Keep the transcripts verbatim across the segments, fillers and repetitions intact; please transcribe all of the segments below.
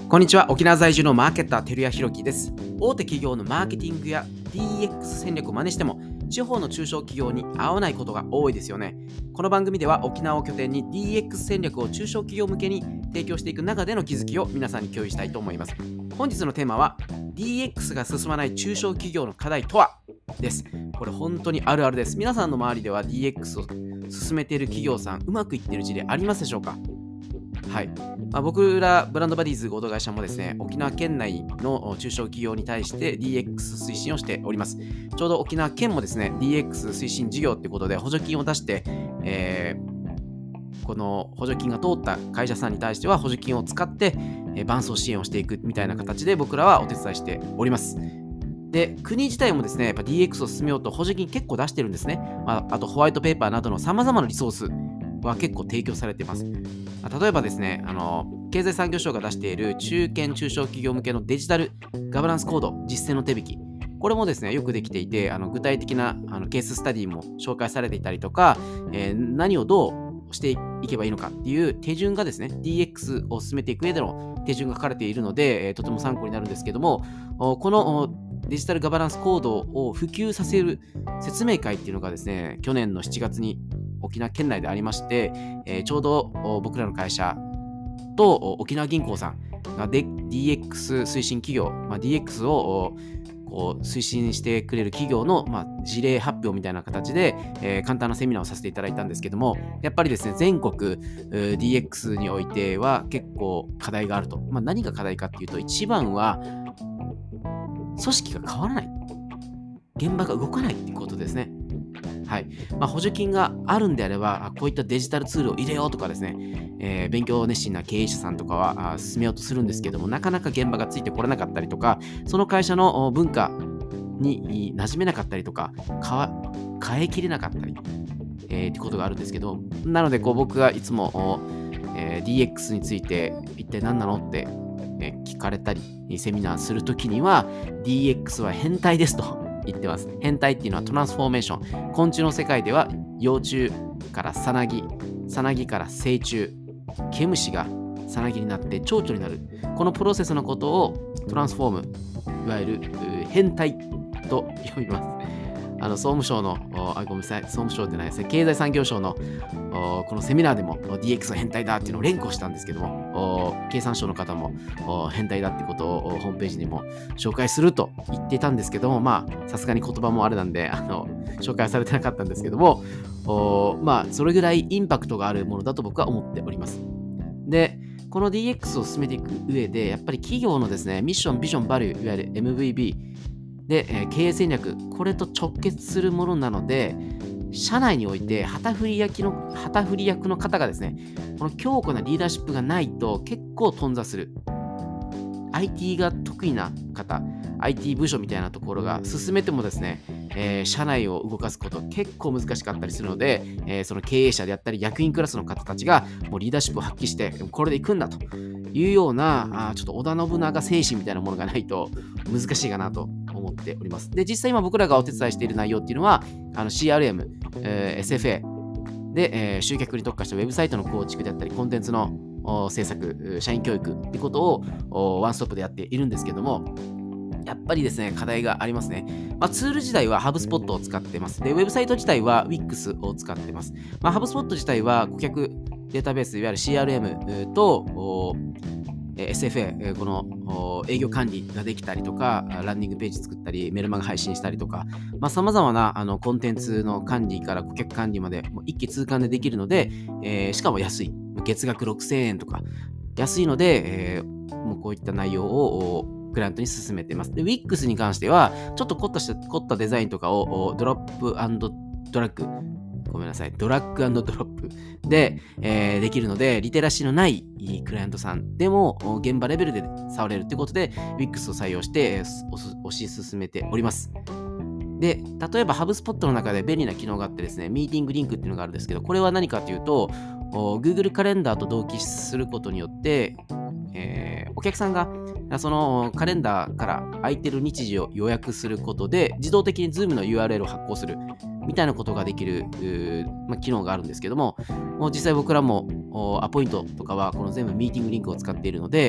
こんにちは。沖縄在住のマーケッター照屋弘樹です。大手企業のマーケティングや ディーエックス 戦略を真似しても地方の中小企業に合わないことが多いですよね。この番組では沖縄を拠点に ディーエックス 戦略を中小企業向けに提供していく中での気づきを皆さんに共有したいと思います。本日のテーマは ディーエックス が進まない中小企業の課題とはです。これ本当にあるあるです。皆さんの周りでは ディーエックス を進めている企業さん、うまくいっている事例ありますでしょうか？はい、まあ、僕らブランドバディーズ合同会社もですね、沖縄県内の中小企業に対して ディーエックス 推進をしております。ちょうど沖縄県もですね ディーエックス 推進事業ということで補助金を出して、えー、この補助金が通った会社さんに対しては補助金を使って、えー、伴走支援をしていくみたいな形で僕らはお手伝いしております。で、国自体もですね、やっぱ ディーエックス を進めようと補助金結構出してるんですね。まあ、あとホワイトペーパーなどの様々なリソースは結構提供されています。例えばですね、あの経済産業省が出している中堅中小企業向けのデジタルガバナンスコード実践の手引き、これもですねよくできていて、あの具体的なあのケーススタディも紹介されていたりとか、えー、何をどうしていけばいいのかっていう手順がですね ディーエックス を進めていく上での手順が書かれているので、えー、とても参考になるんですけども、このデジタルガバナンスコードを普及させる説明会っていうのがですね、去年のしちがつに沖縄県内でありまして、えー、ちょうど僕らの会社と沖縄銀行さんが ディーエックス 推進企業、まあ、ディーエックス をこう推進してくれる企業の、まあ、事例発表みたいな形で、えー、簡単なセミナーをさせていただいたんですけども、やっぱりですね全国 ディーエックス においては結構課題があると。まあ、何が課題かっていうと、一番は組織が変わらない、現場が動かないっていうことですね。はい、まあ、補助金があるんであれば、こういったデジタルツールを入れようとかですね、えー、勉強熱心な経営者さんとかはあ進めようとするんですけども、なかなか現場がついてこれなかったりとか、その会社の文化に馴染めなかったりとか、変えきれなかったり、えー、ってことがあるんですけど、なのでこう僕がいつも、えー、ディーエックス について一体何なのって、えー、聞かれたり、セミナーするときには ディーエックス は変態ですと言ってます。変態っていうのはトランスフォーメーション。昆虫の世界では幼虫からさなぎ、さなぎから成虫、毛虫がさなぎになって蝶々になる。このプロセスのことをトランスフォーム、いわゆる変態と呼びます。あの総務省の、あ、ごめんなさい、総務省でないですね、経済産業省のこのセミナーでも ディーエックス は変態だっていうのを連呼したんですけども、経産省の方も変態だってことをホームページにも紹介すると言っていたんですけども、まあさすがに言葉もあれなんであの紹介されてなかったんですけども、まあそれぐらいインパクトがあるものだと僕は思っております。で、この ディーエックス を進めていく上で、やっぱり企業のですねミッション、ビジョン、バリュー、いわゆる エムブイビーで、えー、経営戦略、これと直結するものなので、社内において旗振り役の旗振り役の方がですね、この強固なリーダーシップがないと結構頓挫する。アイティー が得意な方、アイティー 部署みたいなところが進めてもですね、えー、社内を動かすこと結構難しかったりするので、えー、その経営者であったり役員クラスの方たちがもうリーダーシップを発揮してこれでいくんだというような、あちょっと織田信長精神みたいなものがないと難しいかなと思っております。で、実際今僕らがお手伝いしている内容っていうのは、あの シーアールエム、えー、エスエフエー で、えー、集客に特化したウェブサイトの構築であったり、コンテンツの制作、社員教育ってことをワンストップでやっているんですけども、やっぱりですね、課題がありますね。まあ、ツール自体は HubSpot を使ってます。で、ウェブサイト自体は Wix を使ってます。まあ、HubSpot 自体は顧客データベース、いわゆる シーアールエム とエスエフエー、この営業管理ができたりとか、ランディングページ作ったり、メルマガ配信したりとか、さまざ、まなあのコンテンツの管理から顧客管理までもう一気通貫でできるので、えー、しかも安い。月額ろくせんえんとか、安いので、えー、もうこういった内容をクライアントに進めています。で、Wix に関しては、ちょっと凝ったした凝ったデザインとかをドロップ&ドラッグ、ごめんなさい、ドラッグ&ドロップで、えー、できるので、リテラシーのないクライアントさんでも現場レベルで触れるということで、Wix を採用して推し進めております。で、例えば HubSpot の中で便利な機能があってですね、ミーティングリンクっていうのがあるんですけど、これは何かというと、Google カレンダーと同期することによって、えー、お客さんがそのカレンダーから空いてる日時を予約することで自動的に Zoom の ユーアールエル を発行するみたいなことができる、まあ、機能があるんですけども、もう実際僕らもアポイントとかはこの全部ミーティングリンクを使っているので、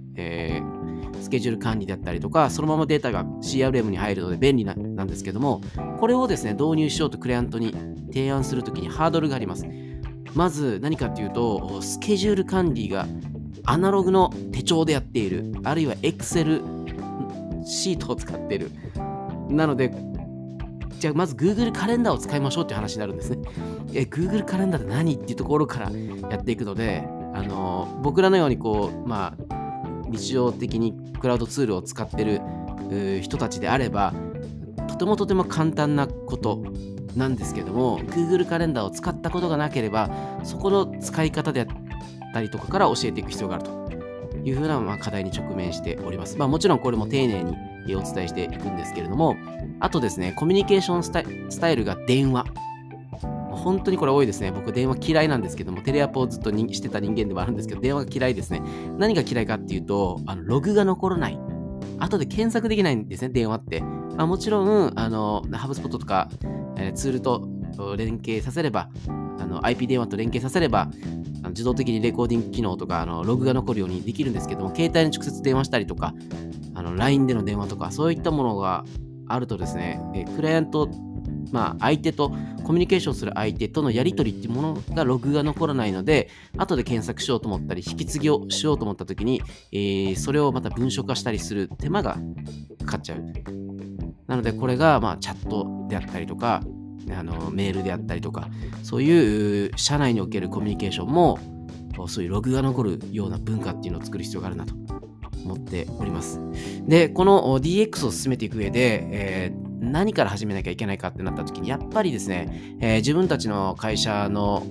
えースケジュール管理だったりとか、そのままデータが シーアールエム に入るので便利ななんですけども、これをですね、導入しようとクライアントに提案するときにハードルがあります。まず何かっていうと、スケジュール管理がアナログの手帳でやっている、あるいは Excel シートを使っている。なので、じゃあまず Google カレンダーを使いましょうっていう話になるんですね。え、Google カレンダーって何っていうところからやっていくので、あの僕らのようにこう、まあ、日常的にクラウドツールを使ってる人たちであれば、とてもとても簡単なことなんですけども、 Google カレンダーを使ったことがなければ、そこの使い方であったりとかから教えていく必要があるというふうな、まあ、課題に直面しております。まあ、もちろんこれも丁寧にお伝えしていくんですけれども、あとですね、コミュニケーションスタイスタイルが電話。本当にこれ多いですね。僕電話嫌いなんですけども、テレアポをずっとしてた人間ではあるんですけど、電話が嫌いですね。何が嫌いかっていうと、あのログが残らない。後で検索できないんですね、電話って。まあ、もちろん、あの、ハブスポットとか、えー、ツールと連携させれば、あの アイピー 電話と連携させれば、あの自動的にレコーディング機能とか、あのログが残るようにできるんですけども、携帯に直接電話したりとか、あの ライン での電話とか、そういったものがあるとですね、えー、クライアント、まあ、相手とコミュニケーションする相手とのやり取りっていうものがログが残らないので、後で検索しようと思ったり引き継ぎをしようと思った時に、えー、それをまた文書化したりする手間がかかっちゃう。なのでこれがまあチャットであったりとか、あのメールであったりとか、そういう社内におけるコミュニケーションもそういうログが残るような文化っていうのを作る必要があるなと思っております。で、この ディーエックス を進めていく上で、えー何から始めなきゃいけないかってなった時に、やっぱりですね、えー、自分たちの会社の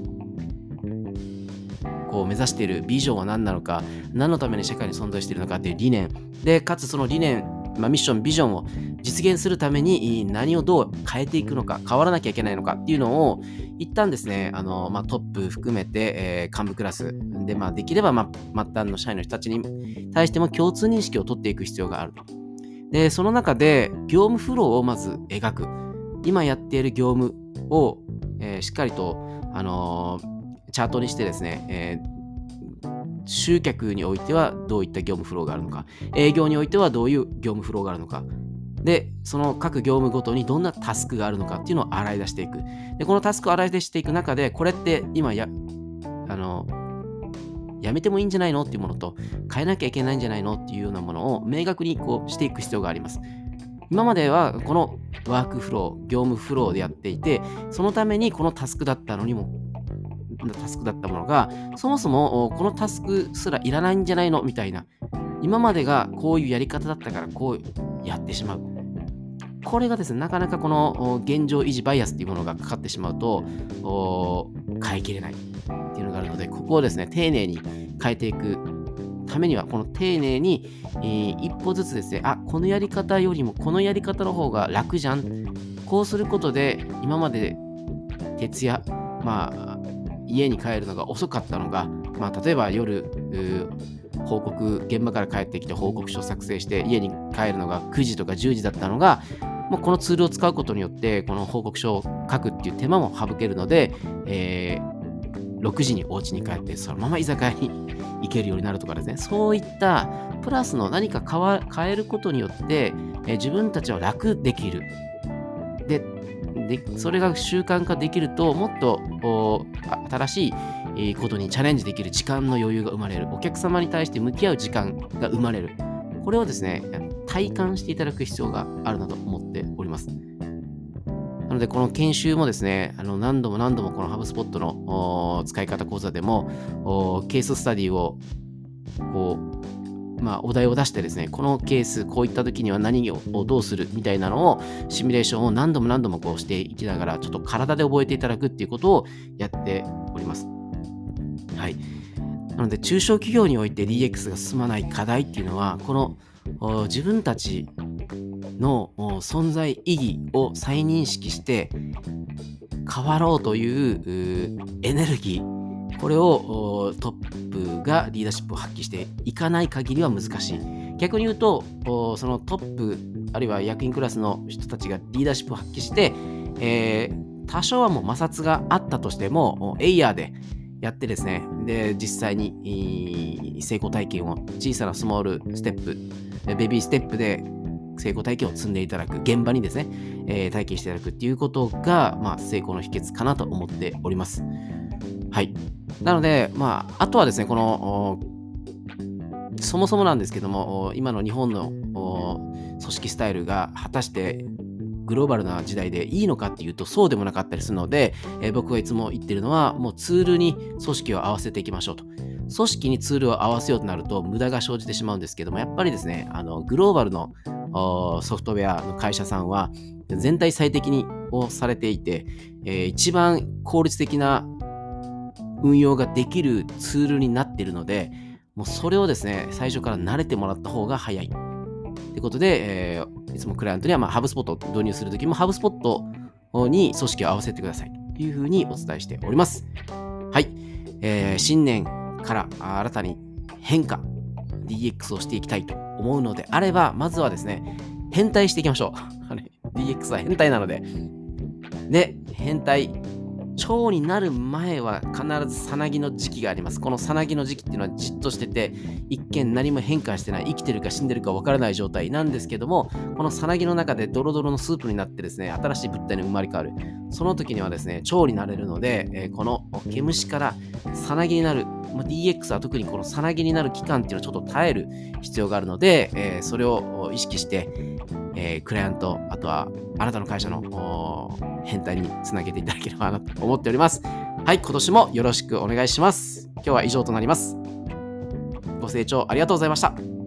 こう目指しているビジョンは何なのか、何のために社会に存在しているのかっていう理念で、かつその理念、まあ、ミッション、ビジョンを実現するために何をどう変えていくのか、変わらなきゃいけないのかっていうのを一旦ですね、あの、まあ、トップ含めて、えー、幹部クラスで、まあ、できれば、まあ、末端の社員の人たちに対しても共通認識を取っていく必要があると。で、その中で業務フローをまず描く。今やっている業務を、えー、しっかりと、あのー、チャートにしてですね、えー、集客においてはどういった業務フローがあるのか、営業においてはどういう業務フローがあるのか、で、その各業務ごとにどんなタスクがあるのかっていうのを洗い出していく。で、このタスクを洗い出していく中で、これって今や、あのーやめてもいいんじゃないのっていうものと、変えなきゃいけないんじゃないのっていうようなものを明確にこうしていく必要があります。今まではこのワークフロー、業務フローでやっていて、そのためにこのタスクだったのにも、タスクだったものが、そもそもこのタスクすらいらないんじゃないのみたいな、今までがこういうやり方だったからこうやってしまう。これがですね、なかなかこの現状維持バイアスっていうものがかかってしまうと、変えきれないっていうのがあるので、ここをですね、丁寧に変えていくためには、この丁寧に、えー、一歩ずつですね、あ、このやり方よりもこのやり方の方が楽じゃん。こうすることで、今まで徹夜、まあ、家に帰るのが遅かったのが、まあ、例えば夜、報告、現場から帰ってきて報告書を作成して家に帰るのがくじとかじゅうじだったのが、もうこのツールを使うことによってこの報告書を書くっていう手間も省けるので、えー、ろくじにお家に帰ってそのまま居酒屋に行けるようになるとかですね、そういったプラスの何か変わ変えることによって、えー、自分たちは楽できる。で、でそれが習慣化できると、もっと新しいことにチャレンジできる時間の余裕が生まれる。お客様に対して向き合う時間が生まれる。これをですね、体感していただく必要があるなと思っております。なので、この研修もですね、あの何度も何度もこのハブスポットの使い方講座でもケーススタディをこうまあ、お題を出してですね、このケース、こういった時には何をどうするみたいなのを、シミュレーションを何度も何度もこうしていきながら、ちょっと体で覚えていただくっていうことをやっております。はい。なので、中小企業において ディーエックス が進まない課題っていうのは、この自分たちの存在意義を再認識して、変わろうというエネルギー、これをトップがリーダーシップを発揮していかない限りは難しい。逆に言うと、そのトップあるいは役員クラスの人たちがリーダーシップを発揮して、えー、多少はもう摩擦があったとしてもエイヤーでやってですね、で、実際に成功体験を小さなスモールステップ、ベビーステップで成功体験を積んでいただく、現場にですね、えー、体験していただくっていうことが、まあ、成功の秘訣かなと思っております。はい。なので、まあ、あとはですね、この、そもそもなんですけども、今の日本の組織スタイルが果たしてグローバルな時代でいいのかっていうとそうでもなかったりするので、えー、僕がいつも言ってるのはもうツールに組織を合わせていきましょうと。組織にツールを合わせようとなると無駄が生じてしまうんですけども、やっぱりですね、あのグローバルのソフトウェアの会社さんは全体最適にをされていて、えー、一番効率的な運用ができるツールになっているので、もうそれをですね、最初から慣れてもらった方が早い。ということで、えー、いつもクライアントには、まあ、ハブスポットを導入するときも、ハブスポットに組織を合わせてくださいというふうにお伝えしております。はい。えー、新年から新たに変化、ディーエックス をしていきたいと思うのであれば、まずはですね、変態していきましょう。ディーエックス は変態なので。で、変態。腸になる前は必ずさなぎの時期があります。このさなぎの時期っていうのはじっとしてて、一見何も変化してない、生きてるか死んでるかわからない状態なんですけども、このさなぎの中でドロドロのスープになってですね、新しい物体に生まれ変わる。その時にはですね、腸になれるので、えー、この毛虫からさなぎになる、まあ、ディーエックス は特にこのさなぎになる期間っていうのをちょっと耐える必要があるので、えー、それを意識して、えー、クライアント、あとはあなたの会社の変態につなげていただければなと思っております。はい、今年もよろしくお願いします。今日は以上となります。ご清聴ありがとうございました。